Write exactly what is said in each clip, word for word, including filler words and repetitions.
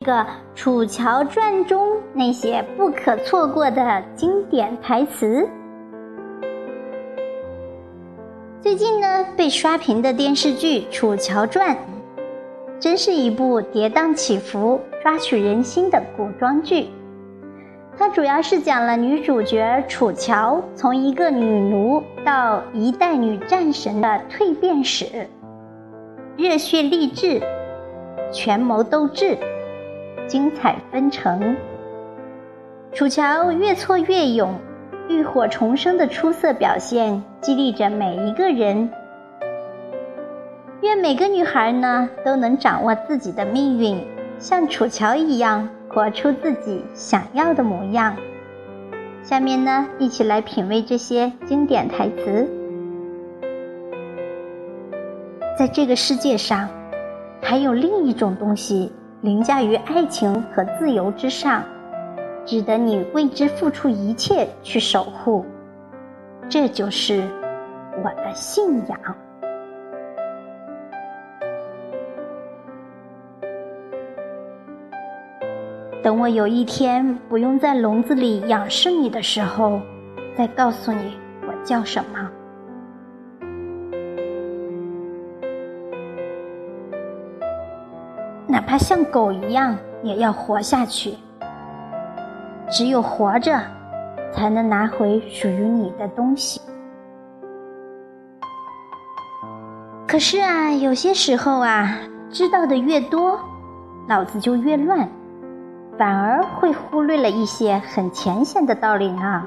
个《楚乔传》中那些不可错过的经典台词。最近呢，被刷屏的电视剧《楚乔传》真是一部跌宕起伏、抓取人心的古装剧。它主要是讲了女主角楚乔从一个女奴到一代女战神的蜕变史，热血励志，权谋斗智，精彩纷呈。楚乔越挫越勇，浴火重生的出色表现激励着每一个人。愿每个女孩呢都能掌握自己的命运，像楚乔一样活出自己想要的模样。下面呢，一起来品味这些经典台词。在这个世界上，还有另一种东西凌驾于爱情和自由之上，值得你为之付出一切去守护，这就是我的信仰。等我有一天不用在笼子里仰视你的时候，再告诉你我叫什么。哪怕像狗一样，也要活下去。只有活着，才能拿回属于你的东西。可是啊，有些时候啊，知道的越多，脑子就越乱，反而会忽略了一些很浅显的道理呢。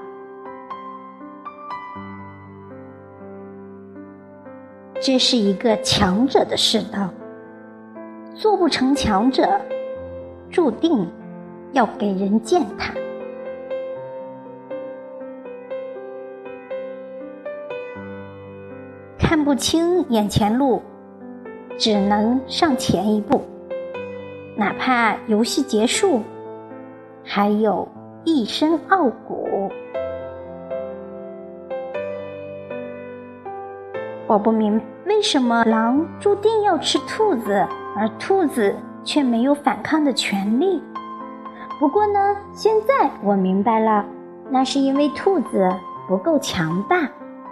这是一个强者的世道，做不成强者，注定要给人践踏。看不清眼前路，只能上前一步，哪怕游戏结束，还有一身傲骨。我不明白为什么狼注定要吃兔子，而兔子却没有反抗的权利。不过呢，现在我明白了，那是因为兔子不够强大。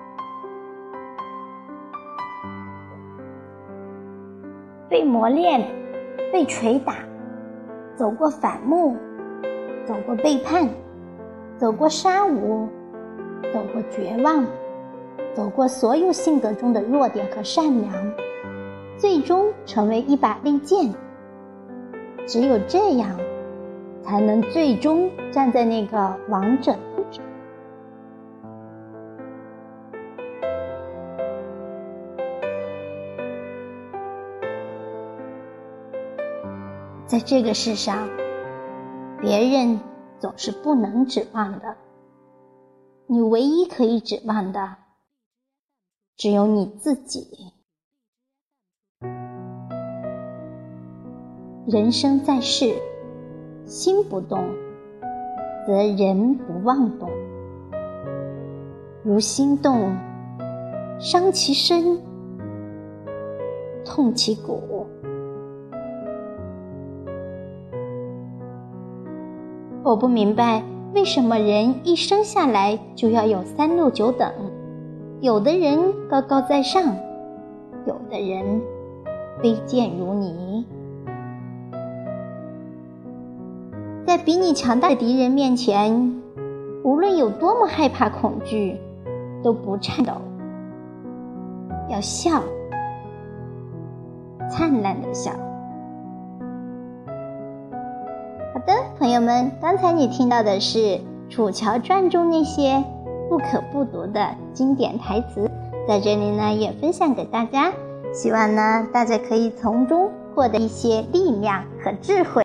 被磨练，被捶打，走过反目，走过背叛，走过杀戮，走过绝望，走过所有性格中的弱点和善良，最终成为一把利剑。只有这样，才能最终站在那个王者上。在这个世上，别人总是不能指望的，你唯一可以指望的，只有你自己。人生在世，心不动，则人不妄动。如心动，伤其身，痛其骨。我不明白，为什么人一生下来就要有三六九等？有的人高高在上，有的人卑贱如泥。在比你强大的敌人面前，无论有多么害怕恐惧，都不颤抖，要笑，灿烂的笑。好的，朋友们，刚才你听到的是《楚乔传》中那些不可不读的经典台词，在这里呢也分享给大家，希望呢大家可以从中获得一些力量和智慧。